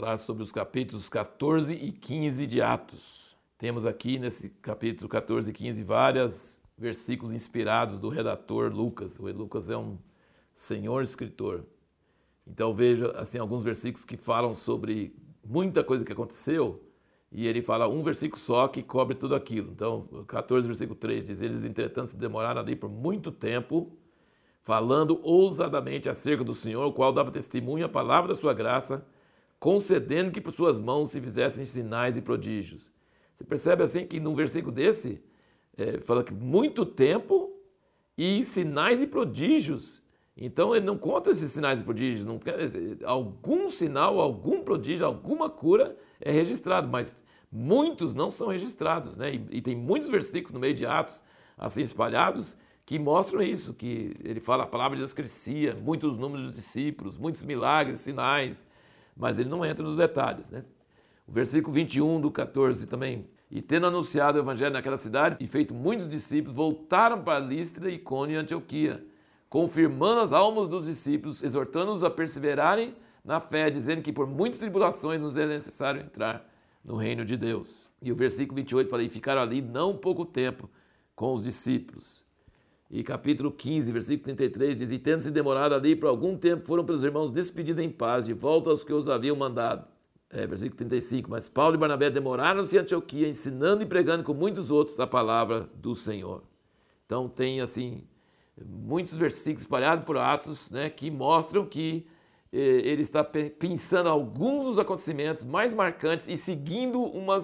falar sobre os capítulos 14 e 15 de Atos. Temos aqui nesse capítulo 14 e 15 vários versículos inspirados do redator Lucas. O Lucas é um senhor escritor. Então veja assim, alguns versículos que falam sobre muita coisa que aconteceu e ele fala um versículo só que cobre tudo aquilo. Então, 14, versículo 3 diz: eles, entretanto, se demoraram ali por muito tempo, falando ousadamente acerca do Senhor, o qual dava testemunho à palavra da sua graça, concedendo que por suas mãos se fizessem sinais e prodígios. Você percebe assim que num versículo desse, fala que muito tempo e sinais e prodígios. Então ele não conta esses sinais e prodígios, não quer dizer, algum sinal, algum prodígio, alguma cura é registrado, mas muitos não são registrados, né? E tem muitos versículos no meio de Atos, assim espalhados, que mostram isso, que ele fala, a palavra de Deus crescia, muitos números de discípulos, muitos milagres, sinais, mas ele não entra nos detalhes, né? O versículo 21 do 14 também: e tendo anunciado o evangelho naquela cidade e feito muitos discípulos, voltaram para Listra, Icônio e Antioquia, confirmando as almas dos discípulos, exortando-os a perseverarem na fé, dizendo que por muitas tribulações nos é necessário entrar no reino de Deus. E o versículo 28 fala: e ficaram ali não pouco tempo com os discípulos. E capítulo 15, versículo 33 diz: e tendo-se demorado ali por algum tempo, foram pelos irmãos despedidos em paz, de volta aos que os haviam mandado. Versículo 35, mas Paulo e Barnabé demoraram-se em Antioquia, ensinando e pregando com muitos outros a palavra do Senhor. Então tem assim muitos versículos espalhados por Atos, né, que mostram que ele está pensando alguns dos acontecimentos mais marcantes e seguindo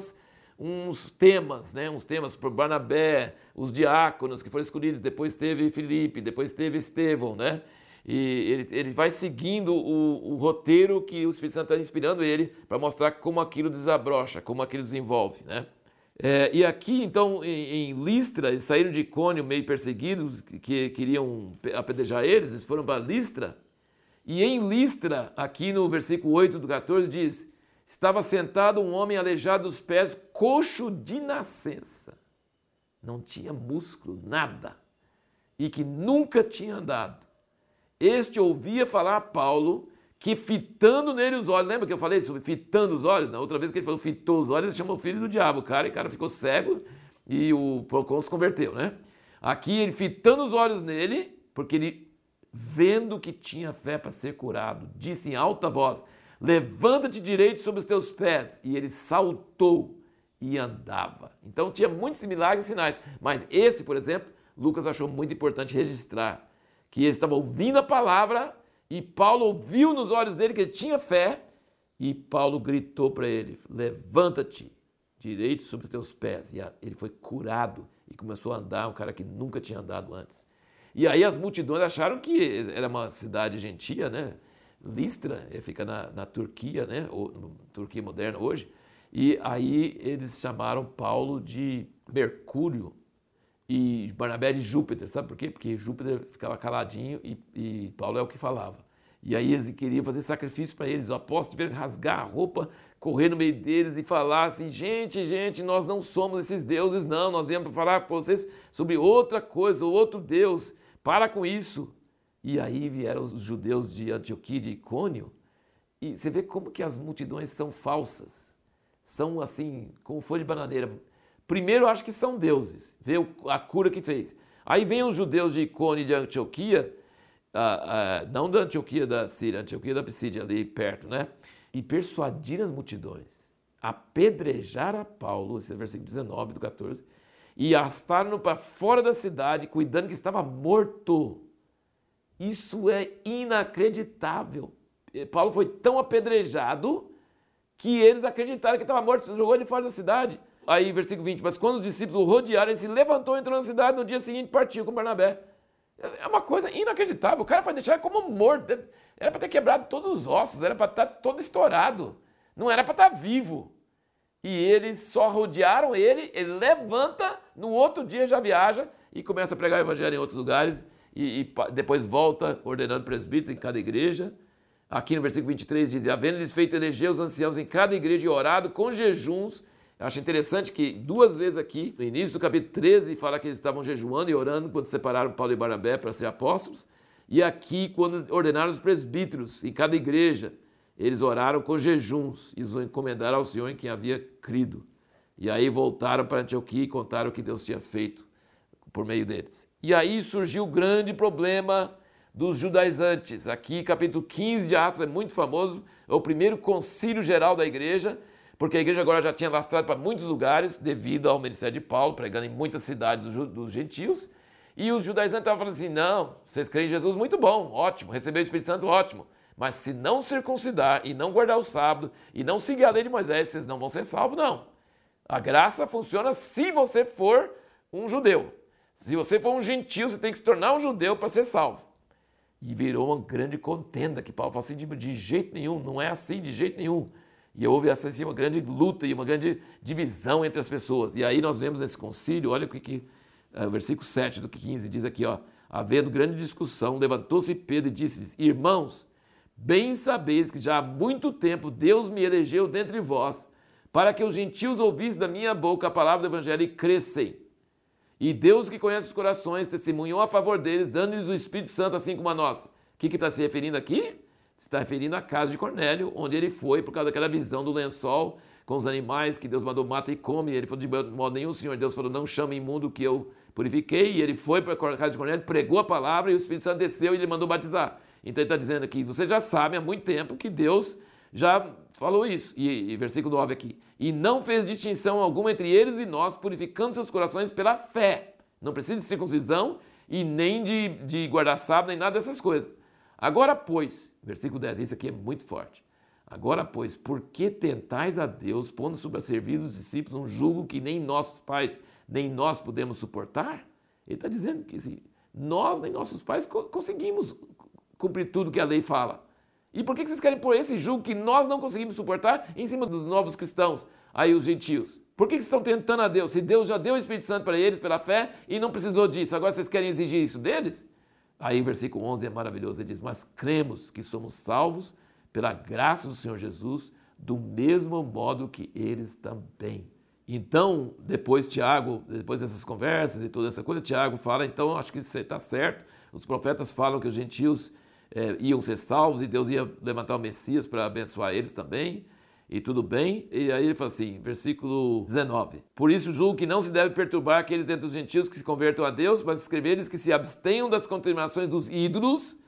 uns temas, né, uns temas por Barnabé, os diáconos que foram escolhidos, depois teve Filipe, depois teve Estevão, né? E ele vai seguindo o roteiro que o Espírito Santo está inspirando ele para mostrar como aquilo desabrocha, como aquilo desenvolve, né? E aqui, então, em Listra, eles saíram de Icônio meio perseguidos, que queriam apedrejar eles foram para Listra. E em Listra, aqui no versículo 8 do 14, diz: estava sentado um homem aleijado dos pés, coxo de nascença. Não tinha músculo, nada. E que nunca tinha andado. Este ouvia falar a Paulo, que fitando nele os olhos, lembra que eu falei sobre fitando os olhos? Na outra vez que ele falou fitou os olhos, ele chamou o filho do diabo, e o cara ficou cego e o Procon se converteu, né? Aqui ele fitando os olhos nele, porque ele, vendo que tinha fé para ser curado, disse em alta voz: levanta-te direito sobre os teus pés. E ele saltou e andava. Então tinha muitos milagres e sinais, mas esse, por exemplo, Lucas achou muito importante registrar, que ele estava ouvindo a palavra e Paulo ouviu nos olhos dele que ele tinha fé e Paulo gritou para ele: levanta-te direito sobre os teus pés. E ele foi curado e começou a andar, um cara que nunca tinha andado antes. E aí as multidões acharam que era uma cidade gentia, né? Listra, fica na Turquia, né? Ou, Turquia moderna hoje. E aí eles chamaram Paulo de Mercúrio e Barnabé de Júpiter. Sabe por quê? Porque Júpiter ficava caladinho e Paulo é o que falava. E aí eles queriam fazer sacrifício para eles. O apóstolo tiveram que rasgar a roupa, correr no meio deles e falar assim: gente, nós não somos esses deuses, não. Nós viemos para falar para vocês sobre outra coisa, outro Deus. Para com isso. E aí vieram os judeus de Antioquia e de Icônio. E você vê como que as multidões são falsas. São assim, como folha de bananeira. Primeiro, eu acho que são deuses. Vê a cura que fez. Aí vem os judeus de Icônio e de Antioquia, não da Antioquia da Síria, Antioquia da Psídia, ali perto, né? E persuadiram as multidões, apedrejar a Paulo, esse é o versículo 19 do 14, e arrastaram-no para fora da cidade, cuidando que estava morto. Isso é inacreditável. Paulo foi tão apedrejado que eles acreditaram que estava morto, jogou ele fora da cidade. Aí, versículo 20, mas quando os discípulos o rodearam, ele se levantou, entrou na cidade, no dia seguinte partiu com Barnabé. É uma coisa inacreditável. O cara foi deixar como morto. Era para ter quebrado todos os ossos, era para estar todo estourado. Não era para estar vivo. E eles só rodearam ele levanta, no outro dia já viaja e começa a pregar o evangelho em outros lugares e depois volta ordenando presbíteros em cada igreja. Aqui no versículo 23 diz: havendo-lhes feito eleger os anciãos em cada igreja e orado com jejuns. Eu acho interessante que duas vezes aqui, no início do capítulo 13, fala que eles estavam jejuando e orando quando separaram Paulo e Barnabé para ser apóstolos. E aqui, quando ordenaram os presbíteros em cada igreja eles oraram com jejuns e os encomendaram ao Senhor em quem havia crido. E aí voltaram para Antioquia e contaram o que Deus tinha feito por meio deles. E aí surgiu o grande problema dos judaizantes. Aqui, capítulo 15 de Atos é muito famoso, é o primeiro concílio geral da igreja, porque a igreja agora já tinha lastrado para muitos lugares, devido ao ministério de Paulo, pregando em muitas cidades dos gentios. E os judaizantes estavam falando assim, não, vocês creem em Jesus, muito bom, ótimo, receber o Espírito Santo, ótimo. Mas se não circuncidar e não guardar o sábado e não seguir a lei de Moisés, vocês não vão ser salvos, não. A graça funciona se você for um judeu. Se você for um gentio, você tem que se tornar um judeu para ser salvo. E virou uma grande contenda, que Paulo falou assim, de jeito nenhum, não é assim, de jeito nenhum. E houve assim, uma grande luta e uma grande divisão entre as pessoas. E aí nós vemos nesse concílio, olha o que o versículo 7 do 15 diz aqui, ó, havendo grande discussão, levantou-se Pedro e disse-lhes, irmãos, bem sabeis que já há muito tempo Deus me elegeu dentre vós, para que os gentios ouvissem da minha boca a palavra do evangelho e crescem. E Deus que conhece os corações testemunhou a favor deles, dando-lhes o Espírito Santo assim como a nós. O que está se referindo aqui? Se está referindo à casa de Cornélio, onde ele foi por causa daquela visão do lençol com os animais que Deus mandou mata e come. Ele falou, de modo nenhum, Senhor Deus falou, não chame imundo que eu purifiquei. E ele foi para a casa de Cornélio, pregou a palavra e o Espírito Santo desceu e ele mandou batizar. Então ele está dizendo aqui, vocês já sabem há muito tempo que Deus já falou isso. E versículo 9 aqui. E não fez distinção alguma entre eles e nós, purificando seus corações pela fé. Não precisa de circuncisão e nem de guardar sábado, nem nada dessas coisas. Agora, pois, versículo 10, isso aqui é muito forte. Agora, pois, por que tentais a Deus, pondo sobre a serviço dos discípulos um jugo que nem nossos pais, nem nós podemos suportar? Ele está dizendo que assim, nós, nem nossos pais, conseguimos cumprir tudo que a lei fala. E por que vocês querem pôr esse jugo que nós não conseguimos suportar em cima dos novos cristãos, aí os gentios? Por que vocês estão tentando a Deus? Se Deus já deu o Espírito Santo para eles pela fé e não precisou disso, agora vocês querem exigir isso deles? Aí o versículo 11 é maravilhoso, ele diz, mas cremos que somos salvos pela graça do Senhor Jesus, do mesmo modo que eles também. Então, depois Tiago, depois dessas conversas e toda essa coisa, Tiago fala, então acho que isso está certo, os profetas falam que os gentios iam ser salvos e Deus ia levantar o Messias para abençoar eles também, e tudo bem. E aí ele fala assim, versículo 19, por isso julgo que não se deve perturbar aqueles dentre os gentios que se convertam a Deus, mas escrever-lhes que se abstenham das contaminações dos ídolos,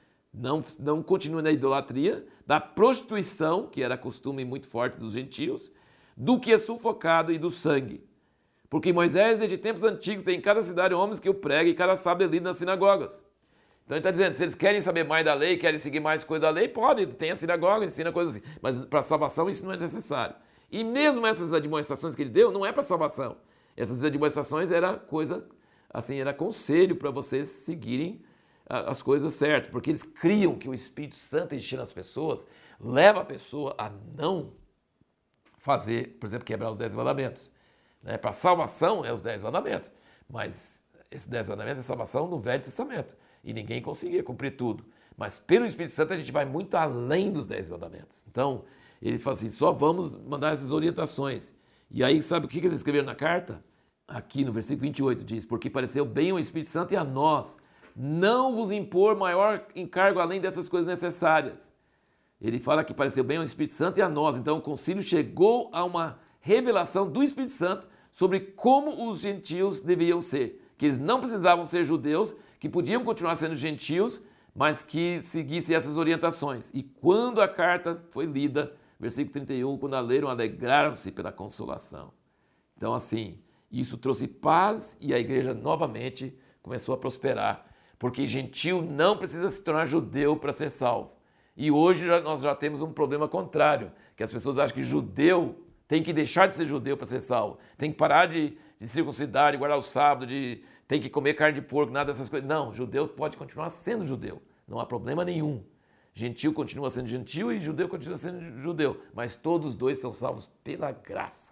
não continuem na idolatria, da prostituição, que era costume muito forte dos gentios, do que é sufocado e do sangue. Porque Moisés, desde tempos antigos, tem em cada cidade homens que o pregam e cada sábado é lido nas sinagogas. Então ele está dizendo, se eles querem saber mais da lei, querem seguir mais coisa da lei, pode, tem a sinagoga, ensina coisas assim. Mas para salvação isso não é necessário. E mesmo essas admoestações que ele deu, não é para salvação. Essas admoestações era coisa, assim, era conselho para vocês seguirem as coisas certas. Porque eles criam que o Espírito Santo enchendo as pessoas, leva a pessoa a não fazer, por exemplo, quebrar os 10 mandamentos. Né? Para salvação é os 10 mandamentos. Mas esses 10 mandamentos é salvação no Velho Testamento. E ninguém conseguia cumprir tudo. Mas pelo Espírito Santo a gente vai muito além dos 10 mandamentos. Então, ele fala assim, só vamos mandar essas orientações. E aí, sabe o que eles escreveram na carta? Aqui no versículo 28 diz, porque pareceu bem ao Espírito Santo e a nós, não vos impor maior encargo além dessas coisas necessárias. Ele fala que pareceu bem ao Espírito Santo e a nós. Então, o concílio chegou a uma revelação do Espírito Santo sobre como os gentios deveriam ser. Que eles não precisavam ser judeus, que podiam continuar sendo gentios, mas que seguissem essas orientações. E quando a carta foi lida, versículo 31, quando a leram, alegraram-se pela consolação. Então, assim, isso trouxe paz e a igreja novamente começou a prosperar, porque gentio não precisa se tornar judeu para ser salvo. E hoje nós já temos um problema contrário, que as pessoas acham que judeu tem que deixar de ser judeu para ser salvo, tem que parar de circuncidar, de guardar o sábado, tem que comer carne de porco, nada dessas coisas. Não, judeu pode continuar sendo judeu, não há problema nenhum. Gentil continua sendo gentil e judeu continua sendo judeu, mas todos dois são salvos pela graça.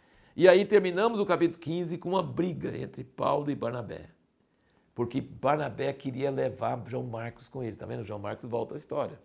E aí terminamos o capítulo 15 com uma briga entre Paulo e Barnabé, porque Barnabé queria levar João Marcos com ele, tá vendo? João Marcos volta à história.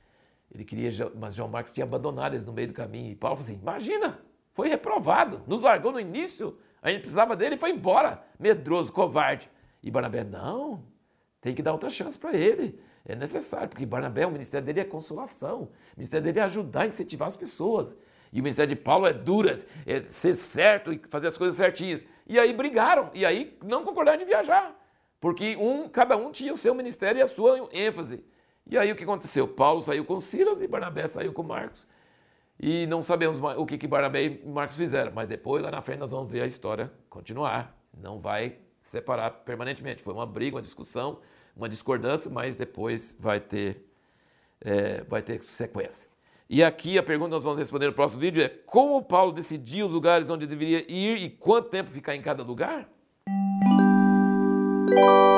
Ele queria, mas João Marcos tinha abandonado eles no meio do caminho, e Paulo falou assim, imagina, foi reprovado, nos largou no início, a gente precisava dele e foi embora, medroso, covarde. E Barnabé, não, Tem que dar outra chance para ele. É necessário, porque Barnabé, o ministério dele é consolação. O ministério dele é ajudar, incentivar as pessoas. E o ministério de Paulo é duro, é ser certo e fazer as coisas certinhas. E aí brigaram, e aí não concordaram de viajar. Porque cada um tinha o seu ministério e a sua ênfase. E aí o que aconteceu? Paulo saiu com Silas e Barnabé saiu com Marcos. E não sabemos o que Barnabé e Marcos fizeram. Mas depois, lá na frente, nós vamos ver a história continuar. Não vai separar permanentemente. Foi uma briga, uma discussão, uma discordância, mas depois vai ter sequência. E aqui a pergunta que nós vamos responder no próximo vídeo é: como Paulo decidiu os lugares onde deveria ir e quanto tempo ficar em cada lugar?